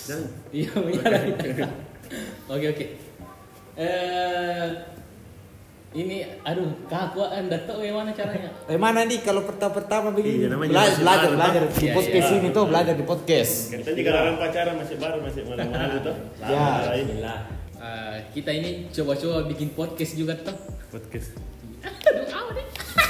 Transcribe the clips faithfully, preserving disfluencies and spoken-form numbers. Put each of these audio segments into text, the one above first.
Iya, menyala. Oke, oke. Eh ini aduh, kaku Anda tahu bagaimana caranya? Eh mana nih kalau pertama-pertama begini? Iya, namanya belajar, masih belajar, baru, belajar Pak. di Iya, podcast iya. ini tuh, belajar di podcast. Kita juga orang pacaran masih baru, masih malu-malu tuh. Ya. Bismillah. Eh, kita ini coba-coba bikin podcast juga tuh. Podcast. Aduh, apa nih?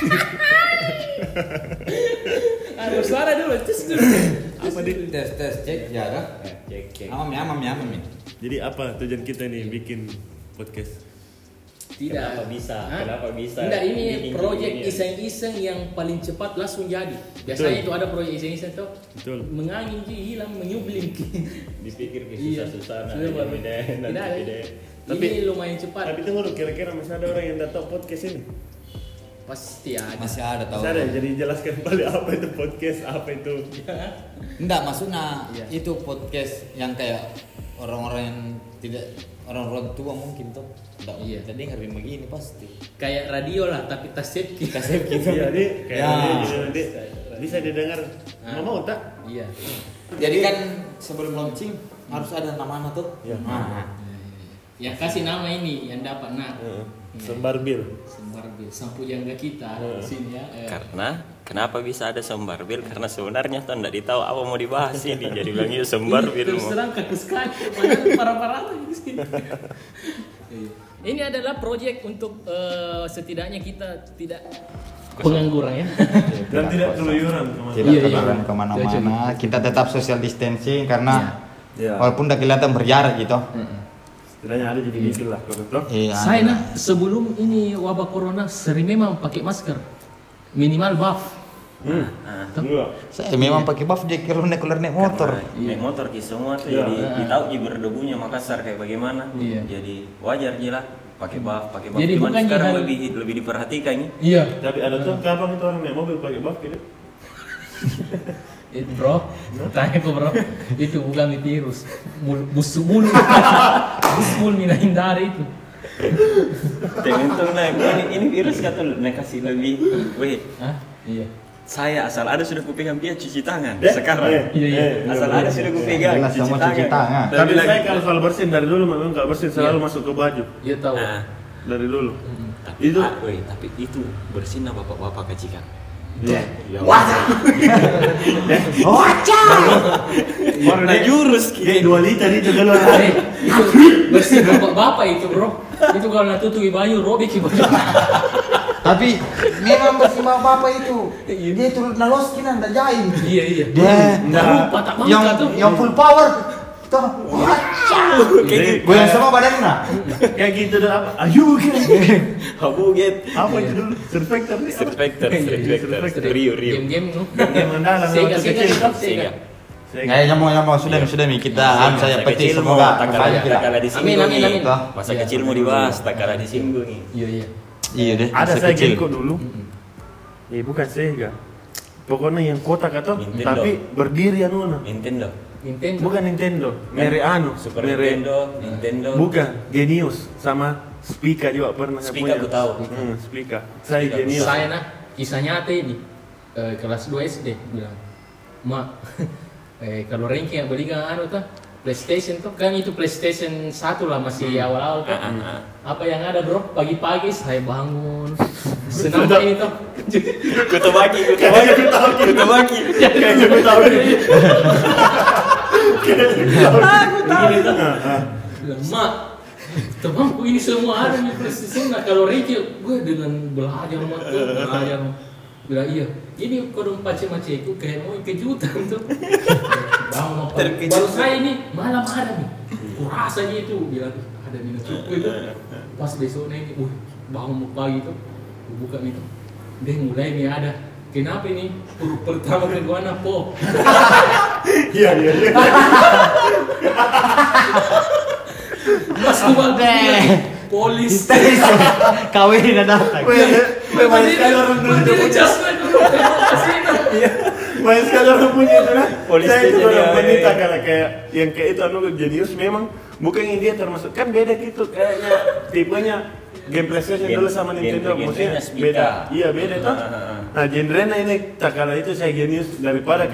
Aduh, suara dulu, tes dulu. Apa nih? Tes, tes, cek, ya kan? Cek, cek. Amam, ya, amam, ya, amam. ya. Jadi apa tujuan kita nih bikin podcast? Tidak. Kenapa bisa? Hah? Kenapa bisa? Enggak, ini Bikin proyek gini ya? iseng-iseng yang paling cepat langsung jadi. Biasanya Betul. itu ada proyek iseng-iseng tuh. Betul. Mengangin ki, hilang, menyublim ki. Dipikir ke Iya. susah-susah nah, Sudah, Pak. beda, Tidak nanti ada. beda. Tapi- Ini lumayan cepat. Tapi tunggu dulu, kira-kira masih ada orang yang tidak tahu podcast ini? Pasti ada. Masih ada tahu. Masih ada, jadi jelaskan balik apa itu podcast, apa itu. Enggak, maksudnya Iya. itu podcast yang kayak orang-orang yang tidak orang-orang tua mungkin tuh. Enggak, Iya. kita dengar begini pasti. Kayak radio lah, tapi tas tape ki. Kasih gitu. Iya, jadi kayak Ya. dia jadi nanti bisa didengar. Ah. Mau mau tak? Iya. Jadi kan sebelum launching harus ada nama-nama tuh. Iya. Nah, Yang kasih nama ini yang dapat nah. Heeh. Sembar bil. Sembar bil sampo jangga kita Hmm. di sini ya. Eh, Karena kenapa bisa ada sembar bil? Karena sebenarnya tuh enggak ditahu apa mau dibahas ini. Jadi bilang itu sembar ini bil. terus terang kaku sekali. Padahal parah-parah lagi di sini. Iya. Ini adalah proyek untuk eh, setidaknya kita tidak pengangguran ya. Dan tidak keluyuran kemana. tidak Iya, iya. terlalu kemana-mana. Kita tetap social distancing karena Iya. walaupun udah kelihatan berjarak gitu. Setidaknya ada jadi gitu lah, kalau betul. Iya. Saya nah sebelum ini wabah corona sering memang pakai masker minimal buff. Hmm. Enggak. Saya memang pakai buff dia kalau naik keluar naik motor. Naik motor ki semua tuh Iya. jadi ditahu ki berdebunya Makassar kayak bagaimana. Iya. Jadi wajar je lah pakai buff, pakai buff. Jadi Cuman bukan sekarang hal- lebih lebih diperhatikan ini. Iya. Tapi ada tuh kapan itu orang naik mobil pakai buff gitu. Itu bro, tanya kok bro, itu bukan virus, mul, busuk mulu, busuk mulu mina hindari itu. Tentu nah ini ini virus kata lu nah kasih lebih. Weh, Hah? Iya. saya asal ada sudah kupegang dia cuci tangan. Eh, Sekarang eh, Iya, iya. eh, asal iya, ada iya. sudah kupegang Jelas cuci semua tangan. cuci tangan. Dan Tapi bilang, saya kalau soal bersin dari dulu memang nggak bersin selalu Iya. masuk ke baju Iya tahu. Nah, dari dulu. tapi Itu- itu, ah, weh, tapi itu bersinar bapak-bapak kacikan. Iya. Baru nah jurus Dia dua liter itu kalau Eh, itu bersih bapak-bapak itu bro. Itu kalau nak tutupi baju robek baju. Tapi memang bersih bapak itu. Dia turun nalos kina ndak jaim. Iya iya. Dia Nggak lupa tak yang bangka tuh. yang full power. Tuh. Jadi Goyang sama badannya. kayak gitu dan apa? Ayo gitu. habuget. Apa itu dulu? Surfactor. Surfactor, Iya, surfactor, Rio, Rio. Game-game nu. Game andalan Sega waktu Sega kecil. itu Sega. Sega. Ya nyamuk nyamuk sudah sudah nih kita am saya Masa petik kecil semoga mau tak kalah berbahagia. tak kalah disinggung. Amin, amin, amin. nih. Masa Iya. kecil mau dibahas tak kalah disinggung. nih. Iya iya. Iya deh. Ada masa saya kecil. Genko dulu. Eh bukan Sega. Pokoknya yang kotak atau Nintendo. tapi berdiri anu nah. Nintendo, Nintendo. Bukan Nintendo, mere anu, Super mere Nintendo, Nintendo. bukan Genius sama Spica juga pernah saya Spica punya. aku tahu. Hmm, Spica. Saya Spica. Genius. Saya nah kisah nyata ini eh, kelas dua S D bilang, "Ma, eh, kalau ranking yang beli kan anu tuh PlayStation tuh kan itu PlayStation satu lah masih awal-awal tuh. Ah, ah, ah. Apa yang ada bro? Pagi-pagi saya bangun senam ini tuh. Kutu baki, kutu baki, kutu baki. Kayaknya gue tahu nih. Aku tahu itu. Bilang, "Ma, temanku ini semua ada nih PlayStation. Nah, kalau ranking gue dengan belajar sama tuh belajar." Bilang iya, ini kodong pace-maceku kayak mau kejutan tuh. Bangun apa? Terkejut. Baru saya ini malam ada nih. Kurasanya itu bilang ada minum cukup itu. Pas besoknya ini, wih bangun pagi itu, gua buka itu, deh mulai nih ada. Kenapa ini? Huruf pertama ke gua apa? Iya iya iya. Pas gua deh. Polis. Kawin ada. Weh, banyak sekali orang dulu. Berdiri jasnya dulu. Kasih Iya. Banyak sekali orang punya itu nah. Polis Saya itu station, orang ya, wanita ya. karena kayak yang kayak itu anu Genius memang bukan yang dia termasuk kan beda gitu kayaknya tipenya game PlayStation Game- dulu sama Nintendo game- maksudnya genrenya Spica. beda. Iya beda tuh. Ah, ah, ah. Nah, genrenya ini tak kala itu saya Genius daripada kayak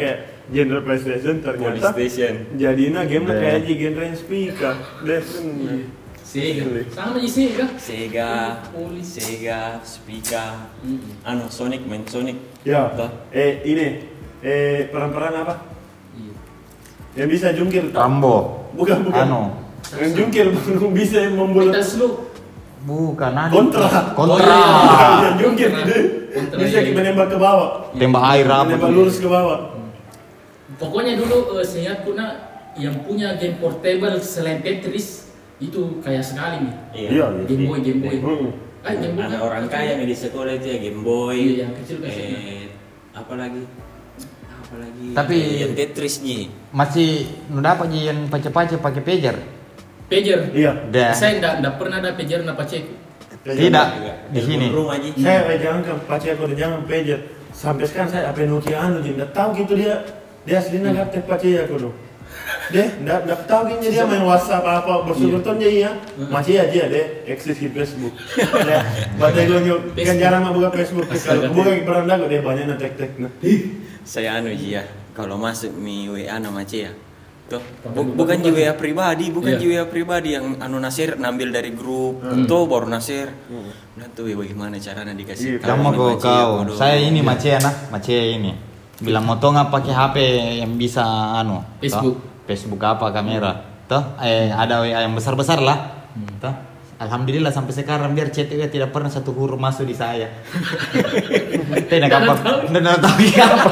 genre PlayStation ternyata PlayStation. jadinya game Deh. kayak aja genre yang speaker. Deh. Sega. Sama aja Sega. Sega, Polis. Sega, Spica, Mm-mm. anu Sonic main Sonic. Ya. Toh. Eh ini eh peran-peran apa? Iya. Yang bisa jungkir. Rambo. Bukan bukan. Anu. Yang jungkir bisa membunuh. Kita slow. Bukan ada. Kontra. Kontra. Oh, iya. Yang jungkir Kontra. deh. Kontra, Bisa iya. menembak ke bawah. Tembak air apa? Menembak lurus ke bawah. Pokoknya dulu uh, saya punya yang punya game portable selain Tetris itu kaya sekali nih. Iya. Game Boy, Game Boy. Hmm. Ah, Game Boy Ada kan? orang kaya nih di sekolah itu ya Game Boy. Iya, yang kecil kan. Eh, apa lagi? Apa lagi? Tapi- Eh, yang Tetris Ji. Masih nu dapat ji yang pace-pace pakai pager. Pager. Iya. Dah. Saya enggak enggak pernah ada pager na paceku. Tidak di Telepon sini. rumah Ji. Saya eh, jangan kan pacar aku udah jangan pager. Sampai sekarang saya apa Nokia anu jadi nggak tahu gitu dia. Dia aslinya laptop pacar aku dong. Dia nggak nggak tahu gitu dia main WhatsApp apa bersyukur tuh dia ya. Masih aja dia eksis di Facebook. Dia baca gue kan jarang mah buka Facebook. Kalau buka beranda gue dia banyak ngetek-tek. Saya anu Ji ya. Kalau masuk mi W A nama Cia. Tuh, bu- bukan di W A pribadi, bukan Iya. di W A pribadi yang anu Nasir ngambil dari grup, tuh baru Nasir. Nah tuh bagaimana caranya dikasih Iya, tahu Kamu sama kau Cia, kau. bodoh. Saya ini Macea nah, Macea ini. Bilang mau nggak pakai H P yang bisa anu. Facebook. Toh? Facebook apa kamera. Toh, eh ada W A yang besar-besar lah. Toh. Alhamdulillah sampai sekarang biar chat itu tidak pernah satu huruf masuk di saya. Tidak apa. Tidak tahu apa.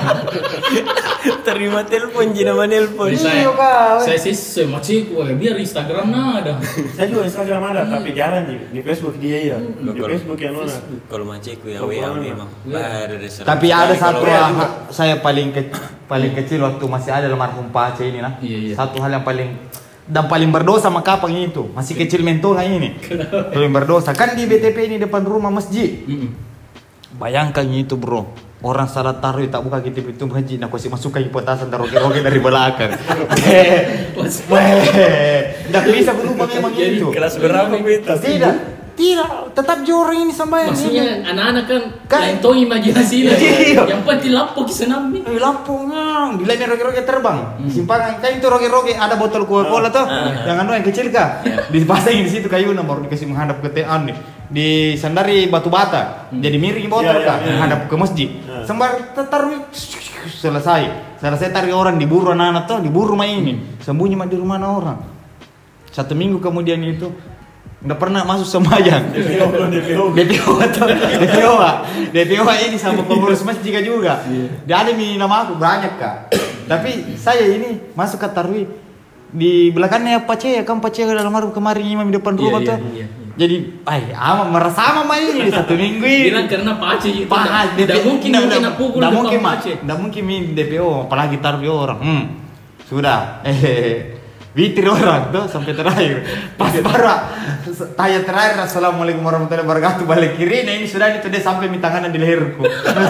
Terima telepon Ji nama nelpon. Jadi saya, Iya, Kak. saya sih saya maceku biar Instagram nah ada. Saya juga Instagram ada tapi jarang di, di Facebook dia ya. Di Kalau- Facebook yang mana? Kalau maceku ya W A memang. Bah, ada dasar. Tapi ada Sekali satu kalau- hal saya paling ke, paling kecil waktu masih ada almarhum Pace ini nah. Iya, iya. Satu hal yang paling dan paling berdosa sama kapang itu masih kecil mentola ini. Paling berdosa kan di B T P ini depan rumah masjid. Mm-mm. Bayangkan itu bro, orang salah taruh tak buka gitu pintu masjid, nak kasih masuk ke petasan taruh roge dari belakang. Tidak bisa berubah memang Jadi itu. Kelas berapa itu? Tidak, tidak, tetap jorang ini sama Maksudnya anak-anak kan Kan- lain tahu imajinasinya. Iya. Yang penting lapo kisah nabi. Eh, lampunya, bila ini roge-roge terbang. Simpangan kan itu roge-roge ada botol Coca-Cola tuh. Jangan doang yang kecil kah? Dipasangin di situ kayunya baru dikasih menghadap ke tean nih. Disandari batu bata. Jadi miring botol Iya, iya, kah? iya. Menghadap ke masjid. Iya. Sembar taruh selesai. Selesai tarik orang diburu anak-anak tuh, diburu rumah ini. Sembunyi mah di rumah anak orang. Satu minggu kemudian itu nggak pernah masuk sembahyang. D P O D P O. D P O atau D P O D P O ini sama pengurus masjid juga. Dia ada mi nama aku banyak kak. Tapi saya ini masuk ke tarwi di belakangnya Pak C ya kan Pak C dalam rumah kemarin imam di depan Iya, rumah iya, tuh. iya, iya. Jadi, ay, ama merasa ama ini di satu minggu ini. Bilang karena pace itu. Pas, Tidak mungkin mungkin aku pukul Tidak depan mungkin mak, pace. tidak mungkin min D P O, apalagi tarwi orang. Hmm, sudah. Eh, witir orang tuh sampai terakhir. Pas para tanya terakhir assalamualaikum warahmatullahi wabarakatuh balik kiri. Nah ini sudah itu dia sampai minta tangan di leherku.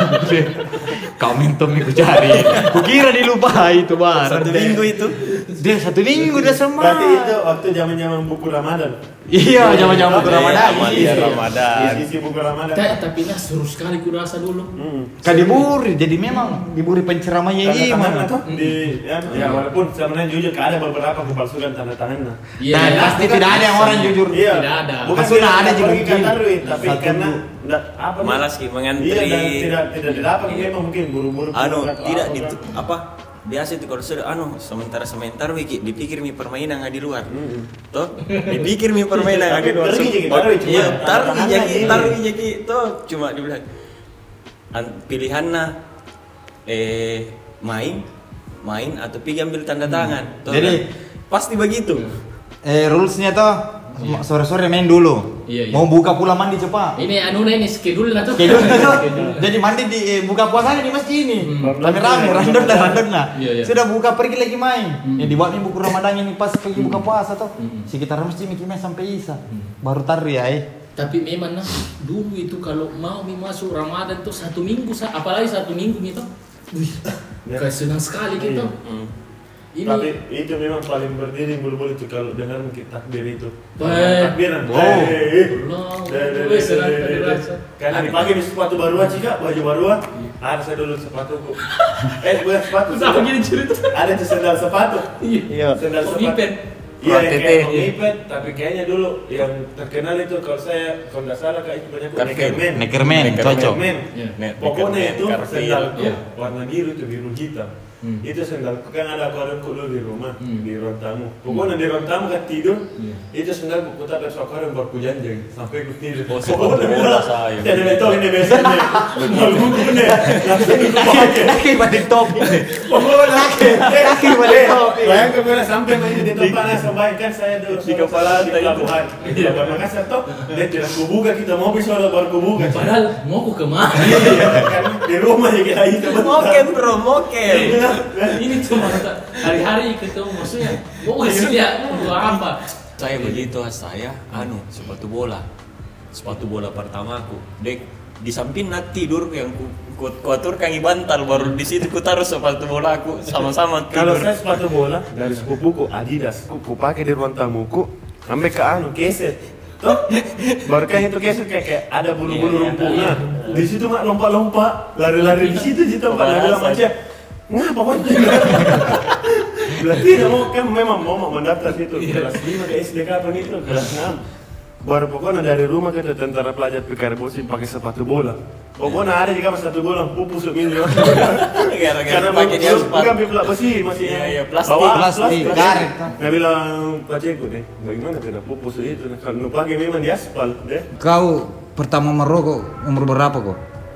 Kau mintum aku cari. Kukira dilupa itu bar. Satu minggu itu. Dia satu minggu dia semua. Berarti itu waktu zaman-zaman buku Ramadan. Iya, zaman-zaman buku Ramadan. Amalia Iya. Ramadan. Isi buku Ramadan. Kayak tapi nah seru sekali kurasa dulu. Hmm. Kan diburi, jadi memang diburi penceramahnya Tanda ini tangan mana. tuh di ya, ya walaupun sebenarnya jujur ada beberapa kupalsukan tanda tangannya. Iya. Dan pasti tidak ada yang orang jujur. Iya. Tidak ada. Bukan Maksudnya tidak ada juga pergi begini. Tarwih, tapi Satu karena bu- enggak apa nih? Malas ki mengantri. Iya dan tidak tidak didapat memang mungkin buru-buru. Anu atau tidak apa, itu kan. apa biasa itu kalau sudah anu sementara sementar wiki dipikir mi permainan nggak di luar toh dipikir mi permainan nggak di luar Tapi pergi, Oh, taruh cuma iya tanda taruh tangan jadi aja. taruh jadi toh cuma dibilang An- pilihannya eh main main atau pergi ambil tanda tangan toh, Jadi- kan? pasti begitu Eh rulesnya tuh sore-sore main dulu. Iya, iya. Mau buka pula mandi cepat. Ini anu ini schedule lah tuh. Kayak dulu tuh. Jadi mandi di eh, buka puasanya di masjid ini. Hmm. Rame-rame, random lah, random lah. Iya, iya. Sudah buka pergi lagi main. Hmm. Ya dibuat nih buku Ramadan ini pas pergi buka puasa tuh. Hmm. Sekitar masjid mikirnya sampai Isa. Baru tar ya eh. Tapi memang nah dulu itu kalau mau mi masuk Ramadan tuh satu minggu sa- apalagi satu minggu gitu. Wih, Ya. kayak senang sekali gitu. Iya. Hmm. Ini Tapi itu memang paling berdiri bulu-bulu itu kalau dengar mungkin takbir itu. Eh. Takbiran. Wow. Eh, eh. Allah, Deh, deh, wes, deh, serang deh, tadi deh, rasa. deh. Karena dipakai di sepatu baru aja kak, baju baru ah. Ada saya dulu sepatuku. Eh bukan sepatu. Kenapa gini cerita? Ada tuh sendal sepatu. Iya. Sendal Oh, sepatu. ngipet. Iya, yang Tete. kayak ngipet, tapi kayaknya dulu yang terkenal itu kalau saya kalau nggak salah kak itu banyak Karpet. Neckerman. Neckerman, cocok. Neckerman. Iya. Net- Pokoknya Neckerman, itu Carpet. sendalku Iya. warna biru itu biru hitam. Hmm. Itu sendalku kan ada akuariumku dulu di rumah Hmm. di ruang tamu. Pokoknya di ruang tamu kan tidur. Iya. Itu sendalku ku taruh di akuarium baru ku janjang sampai ku tidur. Oh, sepatu bola saya. Tidak ada itu ini biasanya. Kalau nih langsung ku pakai. Laki balik topi. Pokoknya laki, Laki balik topi. Bayangkan gue sampai main di depan sampai kan saya dulu Di kepala di lantai. pelabuhan. Di pelabuhan Makassar toh. Dia tidak kubuka kita mau bisa baru kubuka. Padahal mau aku kemana? Iya, kan di rumah ya kita itu Mokem bro, mokem. Ini cuma hari-hari ketemu maksudnya. Mau kasih lihat mau apa? Saya begitu saya anu sepatu bola. Sepatu bola pertamaku. Dek di samping nak tidur yang ku ku, ku atur kaki bantal baru di situ ku taruh sepatu bola aku sama-sama Kalau tidur. saya sepatu bola dari sepupuku Adidas, ku, ku pakai di ruang tamuku sampai ke anu keset. Tuh, baru kan itu keset kayak, kayak ada bulu-bulu Iya, iya, rumputnya. iya. Di situ mak lompat-lompat, lari-lari di situ di tempat ada Pemanasan. macam. Ngapa kau tidak? Berarti tidak mau kan memang mau mau mendaftar situ kelas lima ke S D K apa gitu kelas enam. Baru pokoknya dari rumah kita tentara pelajar P K R Bosi pakai sepatu bola. Pokoknya ada juga mas satu bola pupus ini. Gara-gara Karena pakai di belum- aspal. bukan pipla besi masih. Iya, iya, plastik. Bawa Plastik, karet. Nah bilang Pak Ceko deh, bagaimana tidak pupus itu? Kalau nu pakai memang di aspal deh. Kau pertama merokok umur berapa kok?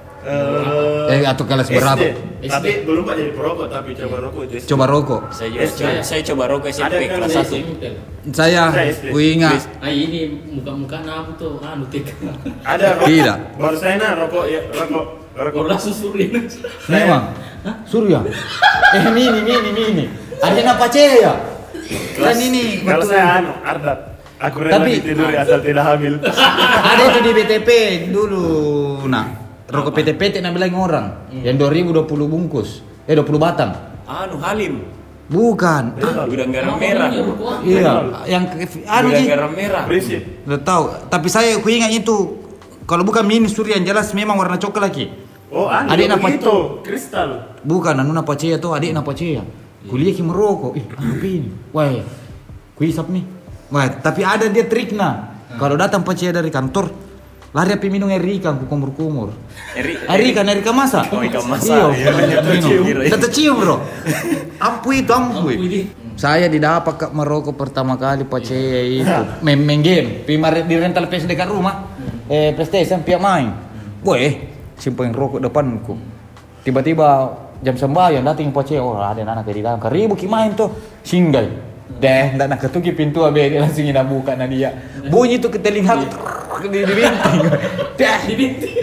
Eh, Eh, atau kelas S D. berapa? Tapi belum Pak jadi perokok tapi coba rokok itu. S D. Coba rokok. Saya juga, S D. coba- saya coba rokok S M P Ada kan kelas di satu. Saya, Saya S D. ku ingat. Ah ini muka-muka apa tuh? Anu T K. Ada rokok. Tidak. Baru saya nak rokok ya rokok rokok. Kalau susurin. Memang. Surya. Eh, ini, ini, ini, ini. Ada apa ya? Kan ini. Kalau betul. saya anu Ardat. Aku rela Tapi- ditiduri asal tidak hamil. Ada itu di B T P dulu. Nah, rokok P T P T nak bilang orang. Yang dua ribu dua puluh bungkus. Eh, dua puluh batang. Anu Halim. Bukan. Ah, Gudang garam merah. iya, yang anu Gudang sih. garam merah. Berisik. Udah tahu, tapi saya ku ingat itu kalau bukan mini Surya yang jelas memang warna coklat lagi. Oh, anu Adik apa begitu. Kristal. Bukan, anu napa cia tuh, adik napa cia. Kuliah ki merokok. Ih, apa ini? Wah, ku hisap nih. Wah, tapi ada dia triknya. Kalau datang Pak Cia dari kantor, lari api minum air ikan ku kumur-kumur. Eri, Air ikan, air ikan masa. Oh, ikan masak. Iya, Iya, minum. tercium. Tercium, bro. Ampui itu, ampui. Ampui, Di. Saya didapat Kak merokok pertama kali Pak Cia itu. Main, main game, pimar di rental P S dekat rumah. Eh, PlayStation pihak main. Boy, simpang rokok depanku. Tiba-tiba jam sembahyang datang Pak Cia. Oh, ada anak di dalam. Karibu ki main tuh. Singgay. Deh, ndak nak ketuki pintu abe dia langsung ina buka na dia. Bunyi tuh ke telinga di di binting. Dah, Di binting.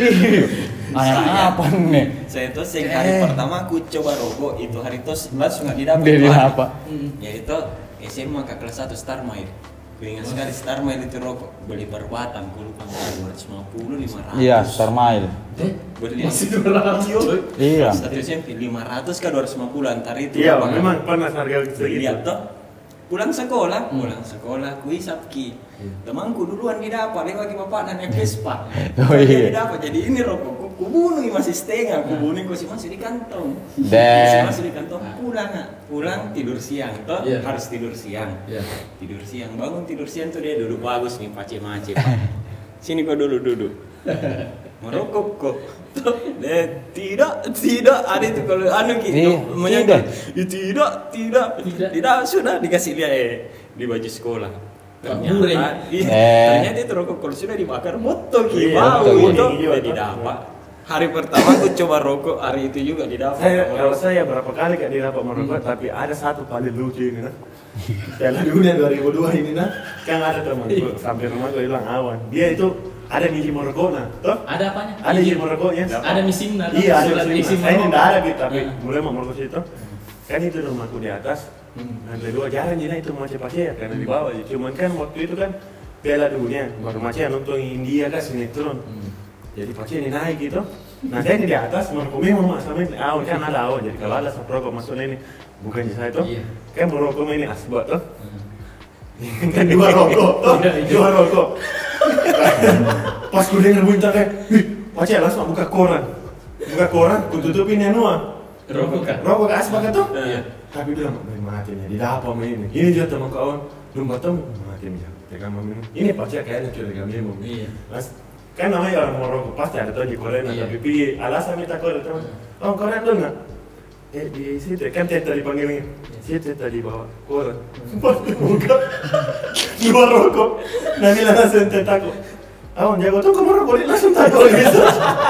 Anak apa nih? Saya tuh sing hari Eh. pertama aku coba rokok itu hari itu langsung nggak didapat. Dari Tuhan. apa? Ya itu S M A ke kelas satu Star Mile. Gue ingat sekali Star Mile itu rokok beli per batang, gue lupa dua ratus lima puluh lima ratus. Iya, Star Mile. Beli Masih dua ratus. Iya. satu S M P lima ratus ke dua ratus lima puluh antar itu. Iya, Bang. memang pernah harga Gue segitu. lihat tuh pulang sekolah, pulang sekolah ku hisap ki. Temanku duluan didapat, lewat ke bapak dan Vespa. Oh, iya. Dia didapat, jadi ini rokok ku, ku bunuh masih setengah, ku bunuh ku masih di kantong. Deh. Masih masih di kantong. Pulang, ah. pulang tidur siang, toh Iya. harus tidur siang. Iya. Tidur siang, bangun tidur siang tuh dia duduk bagus nih pace-mace. Sini kau dulu duduk. Merokok kok. Eh, tidak, tidak ada itu kalau anu Iya, gitu. menyangkut. tidak. Ya, tidak, tidak, Tidak. tidak, sudah dikasih lihat eh, di baju sekolah. Kabur, Ternyata, ya? iya, Eh. ternyata itu rokok kalau sudah dibakar moto ki Iya, bau betul, itu iya, udah iya. didapat. Hari pertama aku coba rokok, hari itu juga didapat. Saya kalau saya berapa kali kan didapat merokok, tapi ada satu paling lucu ini nah. Piala Dunia dua ribu dua ini nah, kan ada temanku sampai rumah gue bilang awan. Dia itu ada ngisi merokok nah, toh? Ada apanya? Ada ngisi merokoknya. Ada misimna. Iya, ada Surat mesin. isi Saya ini merokok. enggak ada gitu, tapi Ya. mulai mau merokok situ. Kan itu rumahku di atas. Nah, kedua jarang jadi itu macam pakai karena di bawah. Cuman kan waktu itu kan Piala Dunia, baru macam nonton India kan sinetron. Jadi pakai ini naik gitu. Nah, saya ini di atas merokok memang mak sama ini. Awan kan ada awan. Jadi kalau ada satu rokok masuk ini, bukan saya tuh. Iya. Kan merokok ini asbak tuh. Kan dua rokok, tuh, dua rokok. Pas gue denger bunyi kayak, "Wih, Pace langsung buka koran." Buka koran, gue tutupin yang nuah. Rokok kan? Rokok ke asbak tuh. Iya. Tapi bilang, "Main mati nih, di dapur main ini." Ini dia teman kawan, belum bertemu, mati nih. Tegang minum. Ini Pace kayaknya cuma tegang minum. Iya. Mas, kan namanya orang mau rokok pasti ada tuh di koran, Iya. tapi pi alasan minta koran teman. Oh koran tuh nggak? Eh di situ kan teta dipanggilnya. Situ tadi bawa koran. Pas buka dua rokok. Nah bilang langsung tetaku. Oh jago tuh kamu rokok dia langsung tahu gitu.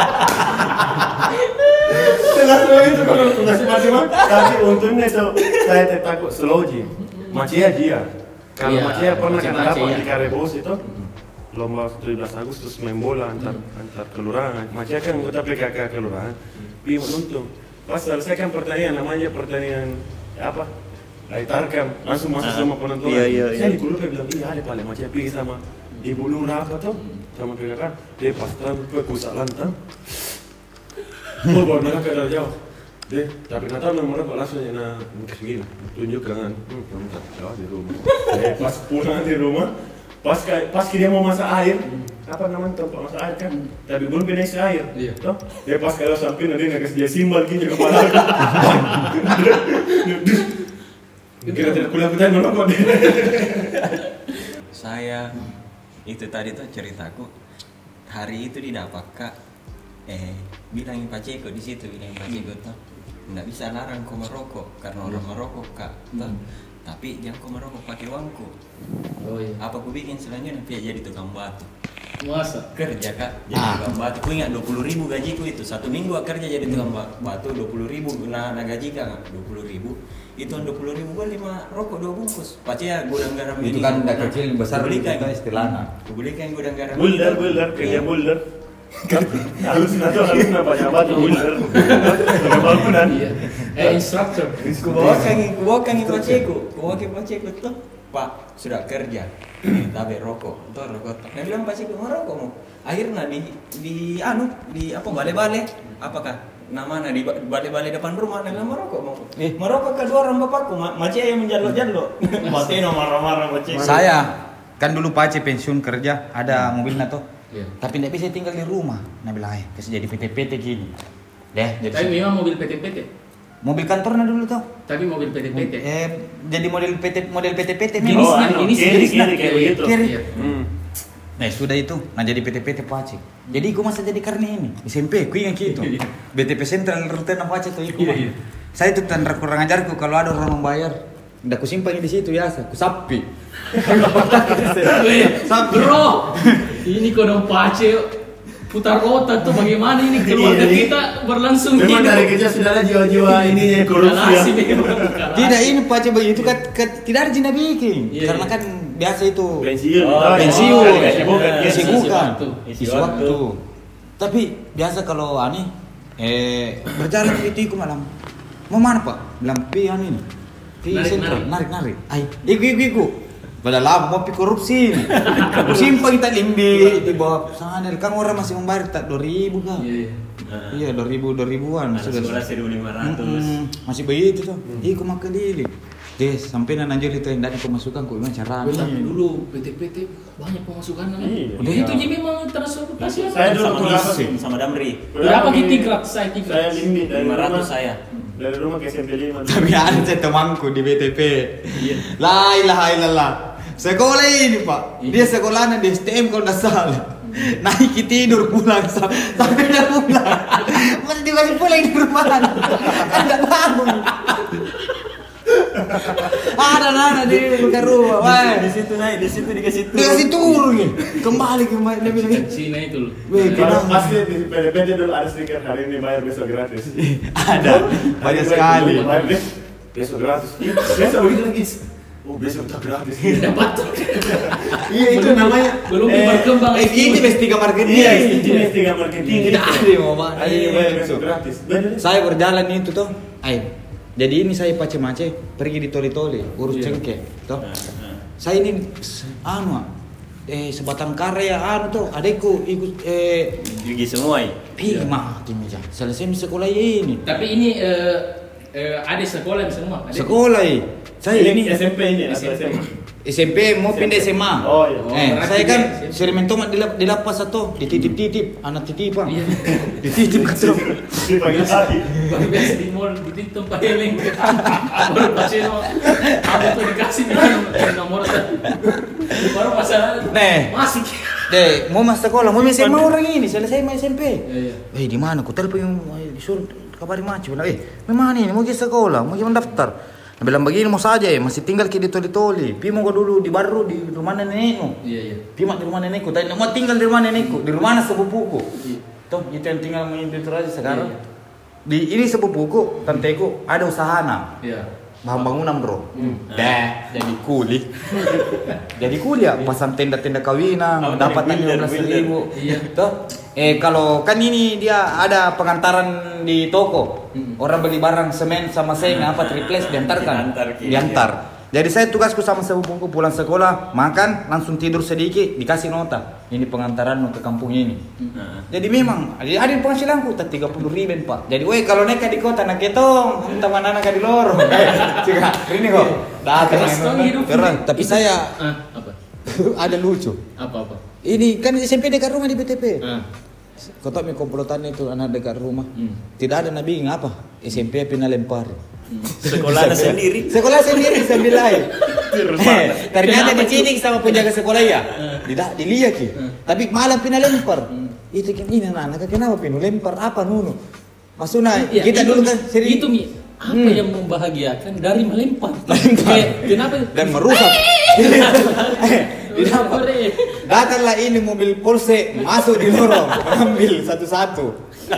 Langsung itu kalau masih masih mah. Tapi untungnya itu saya tetaku slow ji. Macia dia. Kalau Iya, Macia pernah Macia- kena apa Macia. di Karebos itu. Lomba tujuh belas Agustus main bola antar antar kelurahan. Macia kan anggota P K K kelurahan. Pi menuntung. Pas selesaikan pertandingan namanya pertandingan apa? Dari Tarkam langsung masuk sama penonton. Iya, iya, iya. Saya di Bulu bilang iya ada paling macam pergi sama Ibu Lurah apa tuh sama P K K. Dia pas terang kusak lantang. Oh baru mereka dari jauh. Deh, tapi nggak tahu nomornya kok langsung na mungkin segini tunjukkan kan. Hmm, kamu tak jauh di rumah. Eh pas pulang di rumah, pas kayak pas dia mau masak air, apa namanya tempat masak air kan? Tapi belum pindah isi air. Iya. Toh, dia pas kalau sampai nanti nggak kasih dia simbal gini ke kepala. Kira tidak kuliah kita merokok deh. Saya itu tadi tuh ceritaku hari itu di Dapaka eh bilangin Pak Ceko di situ bilangin Pak Ceko tuh nggak bisa larang kau merokok karena orang merokok kak tuh. Tapi jangan kau merokok pakai uangku. Oh iya. Apa ku bikin selanjutnya biar jadi tukang batu. Masa? Kerja kak jadi tukang batu. Ku ingat dua puluh ribu gajiku itu satu minggu aku kerja jadi tukang ba- batu dua puluh ribu. Nah, nah gaji kak dua puluh ribu. Itu dua puluh ribu gue lima rokok dua bungkus. Pasti ya gudang garam Itu ini. kan udah kecil, besar Belikan itu istilahnya. Ku belikan gudang garam. Bulder, bulder, kerja bulder. Halus nado halus napa nyabat bulder. Dengan bangunan. Iya. Eh instructor. Ku bawakan, ku bawakan Pak Ceko, ku bawakan Pak Ceko tuh. Pak sudah kerja, tapi rokok, tuh rokok. Dia bilang Pak Ceko mau rokok mau. Akhirnya di di anu di apa bale-bale, apakah namanya di ba- bale-bale depan rumah dia bilang merokok mau. Eh. Merokok kedua orang bapakku, ma- Macia yang menjalo-jalo. Mateno marah-marah Pak Ceko. Saya kan dulu Pace pensiun kerja, ada mobilnya tuh. Iya. Tapi tidak bisa tinggal di rumah. Nah bilang, "Eh, kasih jadi P T P T gini." Deh, jadi Tapi memang mobil P T P T. mobil kantornya dulu tuh. Tapi mobil P T P T. Eh, jadi model P T model P T P T Jenisnya, Oh, anu, jenisnya, kiri, jenisnya. kiri, kayak Iya, begitu. Kiri. Iya. Hmm. Nah sudah itu, nah jadi P T P T Pace. Jadi aku masa jadi karena ini S M P, aku ingat gitu. Iya. B T P Sentral rute na Pace tuh iku. Iya, iya. Saya itu tanda kurang ajarku kalau ada orang membayar. Udah aku simpan di situ ya, aku sapi. Weh, bro, ini kodong Pace putar otak tuh bagaimana ini keluarga Iya, iya. kita berlangsung Memang hidup. dari kecil sudah ada jiwa-jiwa ini ya korupsi ya. Relasi memang bukan Tidak relasi. ini Pace begitu kan, kan tidak ada jina bikin. Iya, Karena iya. kan biasa itu Pensiun. Oh, Oh, pensiun, oh, kesibukan, Iya, ya. isi kesibukan, waktu. isi Isi waktu. waktu. Tapi biasa kalau ani eh berjalan itu iku malam. Mau mana Pak? Bilang pi ani ini. Pi Narik, sentral, narik. narik narik. Ai, iku iku iku. Padahal mau pi korupsi. Aku simpan kita limbi di bawah sana kan orang masih membayar tak dua ribu kan. Iya, iya. Iya, dua ribu dua ribuan sudah. Sekolah seribu lima ratus. Mm-mm, masih begitu tuh. Iku makan dili. Des, sampai nanti itu yang dari pemasukan kok gimana cara Weh, tapi dulu P T P T banyak pemasukan namanya. Iya. Udah itu jadi memang transportasi apa? Saya dulu sama berapa Nis, sih? sama Damri. Berapa kita tigrat? Saya Saya tigrat. limit dari lima ratus rumah. saya. Dari rumah ke S M P lima. Tapi ada saya temanku di B T P. Iya. La ilaha illallah. Sekolah ini pak. Iya. Dia sekolahnya di S T M kalau nggak salah. Naik tidur pulang sam- sampai dia pulang. Masih dikasih pulang di rumah. Kan nggak bangun. Ada nana di bukan rumah. Wah. Di situ naik, di situ dikasih turun. Dikasih turun nih. Kembali kembali dia bilang. "Eh, Cina itu loh. Weh, Kalau kenapa?" pasti di P D P T dulu ada stiker hari ini bayar besok gratis. Ada banyak sekali. Bayar besok, besok gratis. Ih, Besok begitu lagi. Oh besok tak gratis. Dapat tuh. Iya itu namanya. Belum eh, berkembang. Eh, ini best tiga marketing. Iya, itu tiga marketing. Tidak ada yang mau mana. Hari ini bayar besok gratis. Benar. Saya berjalan itu tuh, ay, jadi ini saya pace-mace pergi di toli-toli urus Iya. cengkeh, toh. Saya ini s- anu, eh sebatang karya anu tuh, adekku ikut eh Gigi semua ya. ih mati meja. Selesai di sekolah ini. Tapi ini eh, eh, ada sekolah di semua. Ada. Sekolah eh. Saya Ini ini S M P ini atau S M P. S M A? S M P mau pindah S M A. Oh iya. Oh, Eh, berarti saya kan dia- sering mentomat di lap- di lapas satu, dititip-titip, anak titipan. Iya. Dititip ke terus. Di pagi hari. Baru biasa di mall di tempat heleng. Baru pasien kamu tuh dikasih nih nomor baru masalah. Nih. Masih. Deh, mau masuk sekolah, mau S M A orang ini, selesai mau S M P. Iya, iya. Eh, di mana? Ku telepon yang eh, disuruh kabari macam. Bilang, eh, memang ini mau ke sekolah, mau gimana daftar? Dia bilang begini mau saja ya, masih tinggal ke di toli-toli. Pi mau dulu di baru di rumah nenekmu. Iya, iya. Pi mak di rumah nenekku, tadi mau tinggal di rumah nenekku, di rumah sepupuku. Tuh, itu yang tinggal menginti terus sekarang. Iya, Di ini sepupuku, tanteku ada usahana. Iya. Bahan bangunan bro, dah jadi kuli, jadi kuli ya pasang tenda-tenda kawinan, Oh, dapat dari lima builder, belas ribu. Iya. Tuh, eh kalau kan ini dia ada pengantaran di toko, Mm. orang beli barang semen sama seng apa triples diantarkan, Diantar, iya. diantar. Jadi saya tugasku sama sepupuku pulang sekolah, makan, langsung tidur sedikit, dikasih nota. Ini pengantaranmu ke kampung ini. Nah. Jadi memang ada penghasilanku tak tiga puluh ribu pak. Jadi woi kalau nekat di kota nak ketong, entah mana nak di lorong. Cika, ini kok. Dah Keras dong hidup. Keras. Tapi Itu- saya Ah, apa? ada lucu. Apa apa? Ini kan S M P dekat rumah di B T P. Ah. Kau tahu mi komplotan itu anak dekat rumah. Hmm. Tidak ada nabi ngapa? S M P pina lempar. Sekolahnya sendiri. Sekolah sendiri sambil lain. Eh, ternyata dicidik sama penjaga sekolah ya. Tidak dilihat ki. Tapi malam pina lempar. Itu kan ini anak kenapa pinu lempar apa nunu? Maksudnya Ya, kita itu- dulu kan sering itu Mi, apa Hmm. yang membahagiakan dari melempar? Melempar. Kayak, kenapa? dan merusak. Tidak apa. Datanglah ini mobil Polse masuk di lorong, ambil satu-satu.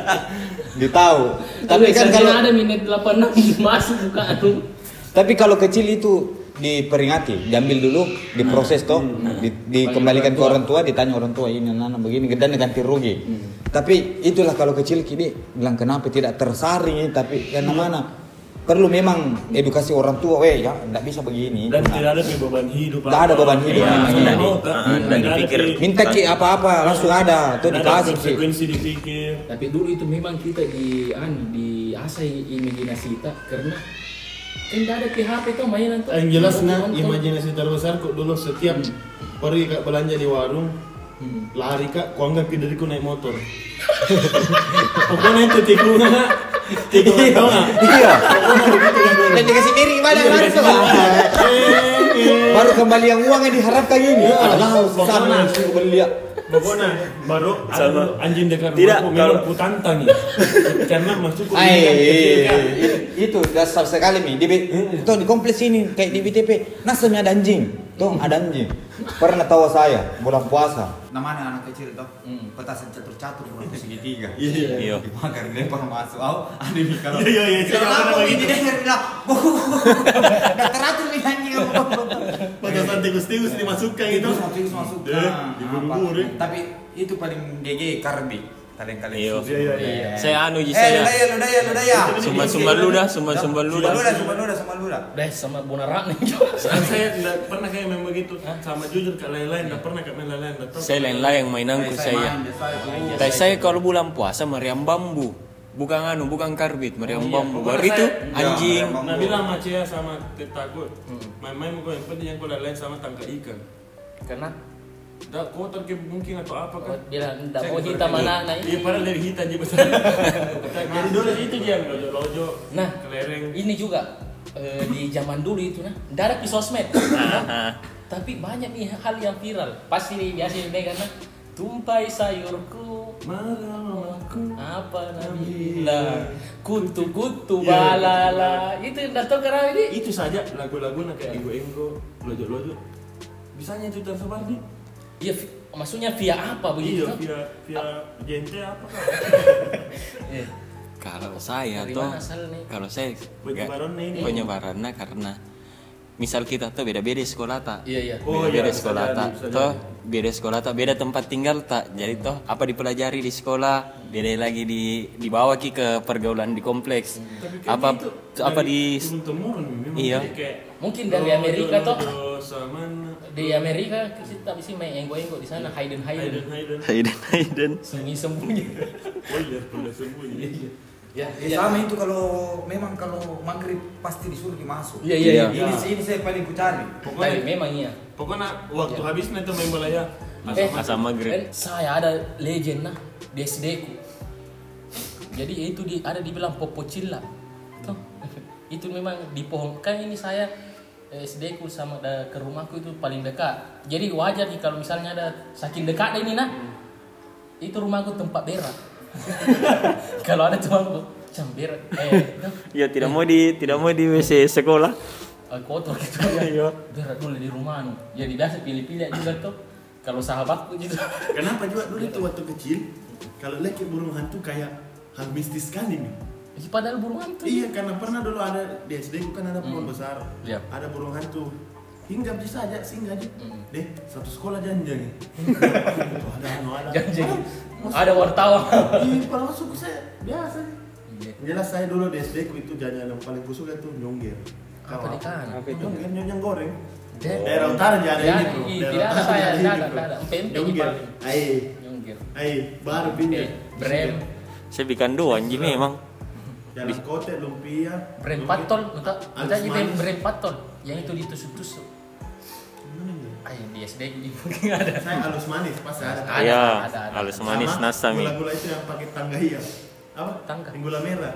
Ditahu. Tapi kan kalau ada minit delapan puluh enam masuk buka anu. tapi kalau kecil itu diperingati, diambil dulu, diproses toh, di- dikembalikan ke orang tua, ditanya orang tua ini anak begini, dan ganti rugi. Tapi itulah kalau kecil kini bilang kenapa tidak tersaring, tapi karena mana perlu memang edukasi orang tua, weh ya, tidak bisa begini. Dan tidak ada beban hidup. Tidak ada beban hidup. Iya, memang dan ini. di- ah, dan dipikir. Minta ki apa-apa langsung ada, tuh Ada dikasih sih. konsekuensi dipikir. Tapi dulu itu memang kita di anu di asai imajinasi kita karena kan tidak ada P H P tuh mainan tuh. Yang jelasnya Nonton. imajinasi terbesar kok dulu setiap pergi kak belanja di warung Hmm. lari kak, kau anggap diriku naik motor. Pokoknya itu tikungan nak, tikungan tau nggak? Iya. Pokoknya begitu kan dulu. Dan dikasih miring pada Iya, dikasih langsung. miring. Baru kembali yang uang yang diharapkan ini. Iya. Allah, Pokoknya- sana suruh beli ya. Pokoknya baru Sama. ada anjing dekat Tidak, rumahku kalau- memang ku tantang nih. Karena maksudku Ay, ini kan kecil kan. itu dasar sekali mi. Di B- tuh di kompleks ini kayak di B T P, nasanya ada anjing. Tuh ada anjing. Pernah tahu saya bulan puasa. Namanya anak kecil tuh. Petasan catur-catur bulan segitiga. Iya. Iya. Dimakan dia pernah masuk. Oh, ada nih kalau. Iya, iya, iya. Kalau Saya aku pernah ini begitu. dengar bilang, "Oh, udah teratur nih anjing." Petasan tikus-tikus dimasukkan gitu. Itu masuk. Deh, diburu-buru. Tapi itu paling G G karbi. Kalian-kalian. Iya. Iya, iya, iya. Saya anu ji Eh, saya. ludaya, ludaya, ludaya. Sumban-sumban ludah, sumban-sumban ludah. Sumban ludah, sumban ludah, sumban ludah. Dah sama Bonara nih. Dan saya tidak pernah kayak main begitu. Sama jujur kak lain-lain, tidak pernah kak main lain-lain. Nggak tahu. Saya lain-lain mainanku saya. Tapi saya kalau bulan puasa meriam bambu. Bukan anu, bukan karbit, meriam bambu. Pokoknya Baru itu saya- anjing. Nah bilang sama Cia sama tetaku, main-main kok yang penting yang kau lain sama tangkap ikan. Karena Dah kau terkip mungkin atau apa kan? dia tidak Saya mau nggak hitam ngerti. mana nah Iya ini. padahal dari hitam aja besar. Jadi dulu itu dia lojo-lojo, Nah, kelereng. ini juga eh, di zaman dulu itu nah, tidak ada di sosmed. Ah, Tapi banyak nih hal yang viral. Pasti nih biasa di Mega nah, tumpai sayurku Malam aku. apa nabila kutu kutu Iya, iya, balala itu tidak tahu karena ini Itu saja lagu-lagu nak kayak enggo-enggo, lojo-lojo. Bisanya itu tersebar nih. ya vi- maksudnya via apa begitu Iya, kan? via via gente apa kan? Eh, Kalau saya dari tuh, mana asalnya? kalau saya Penyebarannya ini. penyebarannya karena misal kita tuh beda-beda sekolah tak. Iya iya. Oh, beda iya, sekolah bisa tak. jadi, bisa Toh beda sekolah tak, beda tempat tinggal tak. Jadi toh apa dipelajari di sekolah, beda lagi di dibawa ki ke pergaulan di kompleks. Tapi Apa kayaknya itu apa dari di turun temurun memang. Iya. Jadi kayak Mungkin dari lojo, Amerika toh. lojo sama Di Amerika kita bisa main enggo-enggo di sana hidden Hayden hidden Hayden. Hayden Hayden. sembunyi sembunyi. Oh iya, boleh sembunyi. Ya, ya sama itu kalau memang kalau maghrib pasti disuruh masuk. Iya, iya, iya. Ini, ini saya paling ku cari. Tapi memang iya. Pokoknya waktu habisnya itu main bola ya. Eh, Asal maghrib. kan saya ada legend nah di S D ku. Jadi itu di, ada dibilang popocilla. Tuh. Itu memang di pohon. Kan ini saya S D ku sama da, ke rumahku itu paling dekat. Jadi wajar nih kalau misalnya ada saking dekat ini nah. Itu rumahku tempat berak. Kalau ada temanku jam berak. Eh, tuh. Ya tidak mau di tidak mau di W C sekolah. Ah, kotor gitu ya. Berak dulu di rumah nih. Jadi biasa pilih-pilih juga tuh. Kalau sahabatku gitu. Kenapa juga dulu itu waktu kecil kalau lihat burung hantu kayak hal mistis sekali nih. Eh, padahal burung hantu. Iya, karena pernah dulu ada di S D kan ada pohon besar. Iya. Ada burung hantu. Hinggap bisa aja, singgah aja. Hmm. Deh, satu sekolah janjang. Tuh ada anu ada. Janji. Ada wartawan. Iya, kalau masuk saya biasa. Iya. Jelas saya dulu di S D ku itu jajan yang paling kusuk itu nyonggir. Apa di kanan? Nyonggir, nyonggir goreng. Eh, Daerah utara aja ada tidak ini ada, bro. iya, Daerah tidak ada utara saya, ada tidak ini, ada, bro. tidak ada. Pempek Nyonggir. paling. Ai, Nyonggir. ai, baru pindah. Eh, brem, Saya bikin dua anjing memang. Jalan kote, lumpia. brem lumpia. patol, entah, Alus entah jadi manis. brem patol, yang itu ditusuk-tusuk. Ay, di S D mungkin ada. Saya halus manis pas ada. Ada, Iya, ada, ada. halus manis Sama nasami. Gula-gula itu yang pakai tangga iya. Apa? Tangga. Yang gula merah.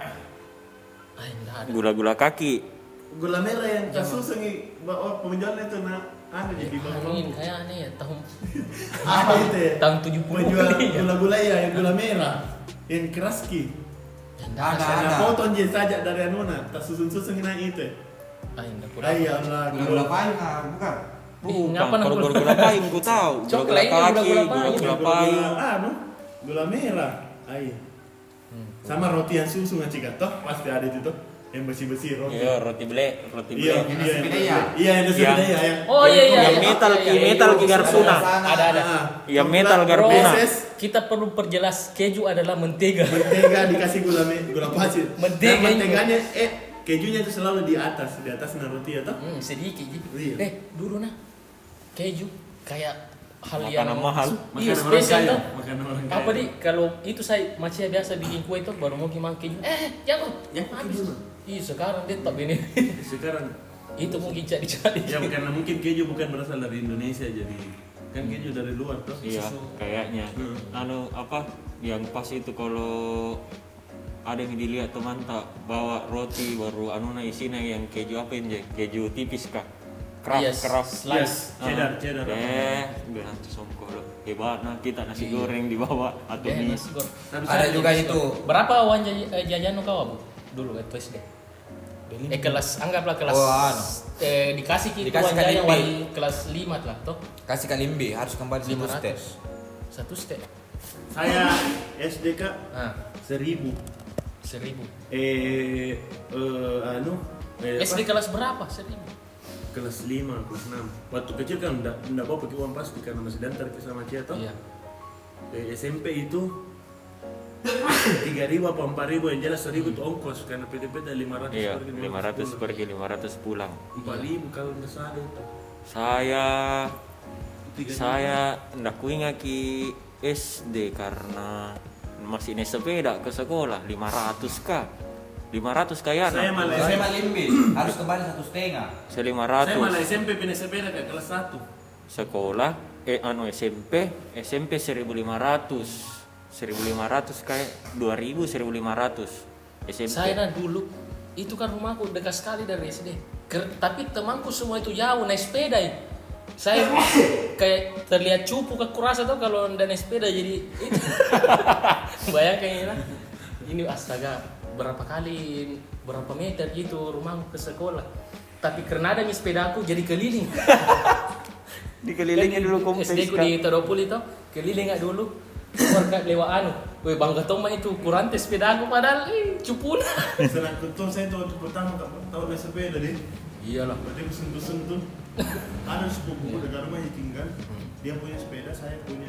Ay, enggak ada. Gula-gula kaki. Gula merah yang kasusung bawa penjual itu nah anu jadi Anu bang. ini kayak aneh ya, tahun Apa itu? ya? tahun tujuh puluh. Penjual Iya. gula-gula ya, yang gula merah. Yang keraski. Ya, enggak ada. Karena ada. foto aja saja dari anuna, tak susun-susun nah itu. Ay, enggak kurang. Ay Allah. Gula-gula pahing ah, bukan. Bukan, Ngapa kalau gula- gula-gula pahing ku tahu. Gula-gula Coklat ini kaki, gula-gula pahing. gula-gula pahing. Gula anu, gula merah. Ay. Hmm. Sama roti yang susu nggak cika toh pasti ada itu tuh yang bersih-bersih roti. Iya, roti bele, roti Iya, bele. iya, iya, Sebidaya. iya, yang Iya. sebidaya yang. Oh iya iya. Yang iya. metal, Iya, ki iya, iya. metal ki garsuna. Ada ada. Ah, Yang coklat, metal garbuna. meses, Kita perlu perjelas keju adalah mentega. mentega dikasih gula me- gula pasir. Mentega Nah, ini. menteganya eh kejunya itu selalu di atas, di atas nah roti ya toh. Hmm, sedikit gitu. Iya. Eh, dulu nah keju kayak hal Makanan yang mahal. Iya, Makanan orang spesial kaya, tuh. makanan orang kaya. Apa di kalau itu saya masih biasa bikin kue itu baru mau gimana keju. Eh, jangan. Ya, habis. keju. Iya, sekarang dia tak ini. Sekarang Itu mungkin cari-cari. ya karena mungkin keju bukan berasal dari Indonesia jadi kan keju dari luar toh. Iya, kayaknya. Hmm. Anu apa? Yang pas itu kalau ada yang dilihat teman tak bawa roti baru anu na isinya yang keju apa ini? Keju tipis kah? Keras, Yes, keras. slice. Yes, cheddar, cheddar. Eh, bilang tuh songkol. Hebat nah kita nasi Iya. goreng dibawa atau Eh, mie. nasi goreng. Tapi Ada saya- juga itu. Berapa uang jaj- eh, jajan kau abu? Dulu waktu S D. Eh kelas anggaplah kelas Oh, anu. eh dikasih kita Dikasih uang jajan kalimbe. wali kelas lima lah toh. Kasih kalimbe harus kembali satu lima step. ratus. Satu step. saya S D kak Ah, seribu. seribu. Eh, eh anu eh, S D apa? kelas berapa? Seribu. Kelas lima, kelas enam. Waktu kecil kan enggak enggak bawa pakai uang pasti karena masih dantar ke sama Cia toh. Iya. Eh, S M P itu tiga ribu apa empat ribu yang jelas seribu itu ongkos karena P D P ada lima ratus Iya, lima ratus pergi, lima ratus pulang. empat ribu kalau nggak salah itu. Saya Tiga ribu. saya ndak kuingat ki S D karena masih naik sepeda ke sekolah lima ratus kah? lima ratus kayak Saya malah Saya S M P, kalimbe harus kembali satu setengah. saya lima saya malah ratus S M P pindah sepeda ke kelas satu. sekolah eh anu S M P S M P seribu lima ratus seribu lima ratus kayak dua ribu seribu lima ratus S M P. Saya nah dulu itu kan rumahku dekat sekali dari S D. Ker- tapi temanku semua itu jauh naik sepeda. Ya. Saya kayak terlihat cupu ke kurasa tuh kalau udah naik sepeda jadi itu. Bayangkan ya lah. Ini astaga berapa kali berapa meter gitu rumahku ke sekolah. Tapi karena ada mi sepedaku jadi keliling. Dikelilingi dulu kompleks S D ku Kak. di Todopul itu keliling nggak dulu. Keluar lewat anu. Weh bangga toma itu kurante sepeda aku padahal eh, cupuna. Senang tuh saya tuh waktu pertama tak tahu naik sepeda deh. Iyalah. Berarti pesen-pesen tuh. Ada sepupu dekat rumah yang tinggal. Dia punya sepeda, saya punya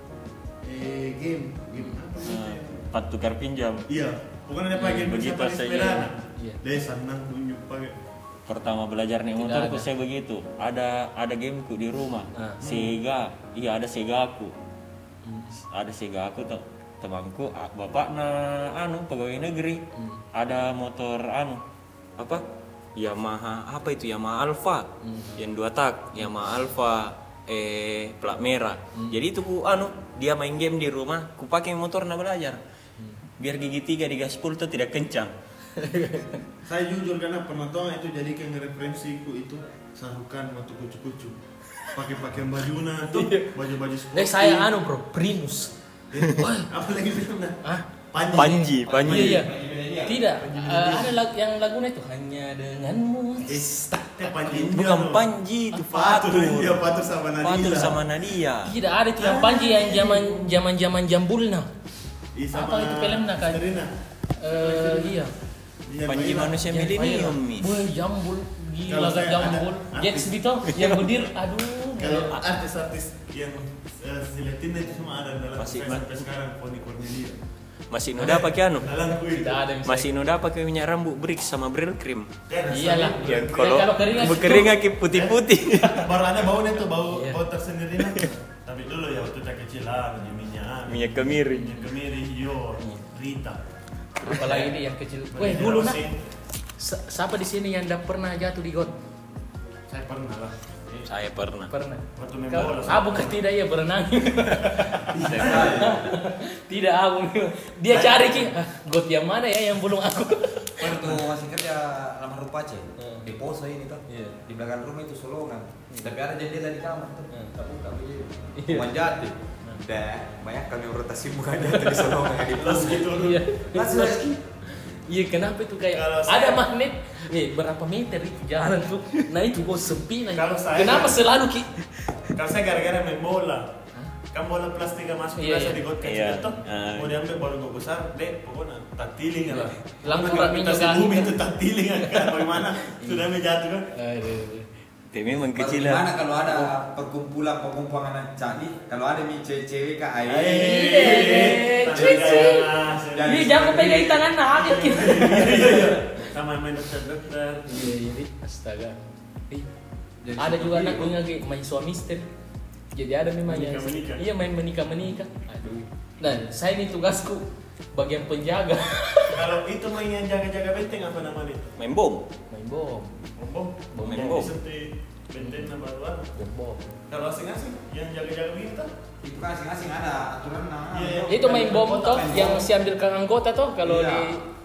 eh game, game apa sih? Nah, Pat tukar pinjam. Iya, bukan ada pakai game Begitu bisa pakai saya. sepeda. Nah. Iya. Dia senang tunjuk pakai. Pertama belajar naik Tidak motor ada. saya begitu. Ada ada gameku di rumah. Ah. Sega. Iya ada Sega aku. Ada Sega aku tuh. temanku ah, bapaknya anu pegawai negeri. Hmm. Ada motor anu apa? Yamaha apa itu Yamaha Alfa. Hmm. Yang dua tak, Yamaha Alfa eh plat merah. Hmm. Jadi itu ku anu dia main game di rumah, ku pakai motor na belajar. Biar gigi tiga di gaspol tuh tidak kencang. Saya jujur karena pernah tahu itu jadi kayak referensiku itu sarukan waktu kucu-kucu. Pakai pakaian bajuna tuh, baju-baju sport. Eh saya anu bro, Primus. Apa lagi filmnya? Hah? Panji. Panji, Panji. Iya, iya. Tidak, eh, ada lag yang lagunya itu hanya denganmu. Eh, teh Panji. Bukan Panji itu Fatur. Iya, Fatur sama Nadia. Fatur sama Nadia. Tidak ada itu yang Panji yang zaman zaman zaman Jambulna. Ih, sama Apa itu filmnya kan? Serena. Eh iya. Iya, Panji Maila. manusia milenium Mi. Wah Jambul, Kalau gila gak saya Jambul. ada Jax artis- gitu, yang bedir, aduh. Kalau artis-artis yang uh, siletin itu semua ada dalam Masih, saya Mas. sampai sekarang Poni Cornelia. Masih nuda pakai anu. Dalam kuih. Tidak ada yang bisa. Masih nuda pakai minyak rambut Brix sama Bril Cream. Iyalah. Yang Ya, kalau kalau keringat berkeringat kayak putih-putih. Baru ada baunya tuh, bau Iya. bau tersendiri nah. Tapi dulu ya waktu saya kecil lah, minyak minyak. Minyak kemiri. Minyak kemiri, yo, Rita. apalagi ini yang kecil. Weh dulu nak. Sa- Siapa di sini yang tidak pernah jatuh di got? Saya pernah lah. Saya pernah. Pernah. Waktu main Kau- bola. Ah bukan tidak ya berenang. Tidak aku. Dia cari ki. "Ah, got yang mana ya yang belum aku? Waktu masih kerja lama rupa aja Hmm. di pos ini tuh Iya. di belakang rumah itu solongan tapi ada jendela di kamar tuh Hmm. tapi tapi Iya. manjati dah banyak kami rotasi bukan jatuh di solongan di pos Terus gitu. Iya. langsung Iya kenapa itu kayak Kalau ada saya- magnet, nih berapa meter itu jalan tuh, nah itu kok sepi nah. Kalau saya- Kenapa selalu ki? Kalau saya gara-gara main bola. Kan bola plastik yang masuk Iya, biasa iya. di got kecil Iya. itu, Ah. mau diambil baru gue besar, deh pokoknya tak tiling lah. Langsung gravitasi minyak bumi angin. itu tak tiling kan, bagaimana sudah menjatuh kan? Tapi memang Baru kecil gimana lah. kalau ada perkumpulan perkumpulan anak candi kalau ada nih cewek-cewek kak Eh, Eh, tapi cici. kayak- Ini jangan pegang tangan aja ki. sama main dokter-dokter. Iya iya, astaga. Ih, Jadi ada juga seperti anak itu. punya kayak main suami istri. Jadi ada memang yang Menikah-menikah. iya main menikah menikah. Aduh. Dan saya ini tugasku bagian penjaga. Kalau itu main yang jaga-jaga benteng apa namanya? Main bom. Main bom, Bom bom. Main bom. Seperti benteng nama luar. bom bom. Kalau asing-asing yang jaga-jaga kita. itu kan asing-asing ada aturan nah Iya, iya. Itu main bom toh Main yang bom. si ambilkan anggota toh kalau Iya. di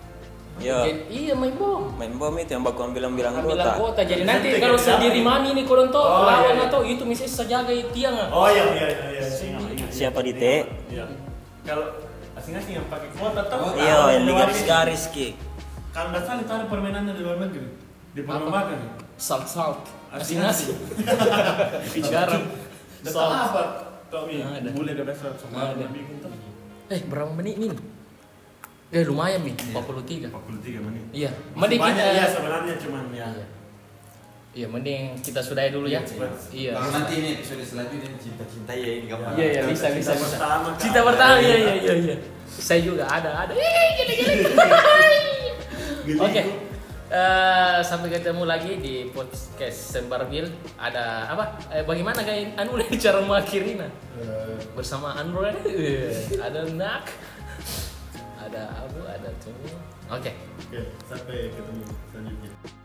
Ya. Iya main bom. Main bom itu yang baku ambil-ambil Ambil anggota. anggota. Jadi Jadi nanti nanti kalau kita- sendiri mami nih kalau toh Oh, lawan iya, iya. atau itu misalnya sejaga tiang ah. Oh iya iya iya. iya. Ingat, ingat. Siapa di T? Iya. Kalau asing-asing yang pakai kuota tahu? Oh, Iya, yang di Lewat- garis-garis ki. Kalau nggak salah itu ada permainannya di luar negeri. Di perlembagaan. Salt salt. Asing-asing. Asing-asing. Garam. Data Salt. apa? Tommy, Nggak ada. boleh ada dasar semua Nggak ada. bikin tuh. Eh berapa menit nih? Eh lumayan nih, empat puluh tiga. empat puluh tiga menit. Iya, mending Banyak kita ya sebenarnya cuman ya. Iya. Iya, mending kita sudahi dulu ya. Iya. Iya. Baru nanti ini episode selanjutnya cinta-cinta ya ini gambar. Iya, iya, bisa, bisa, Cinta bisa. pertama, Kak. Cinta pertama, iya, iya, iya, iya. Saya juga ada, ada. Ih, gini, gini. Geli. Oke. Eh, sampai ketemu lagi di podcast Sembarbil. Ada apa? Eh, bagaimana kayak anu nih cara mengakhirinya? Bersama Android, eh, ada Nak, ada Abu, ada Tumi. Oke. Oke, sampai ketemu selanjutnya.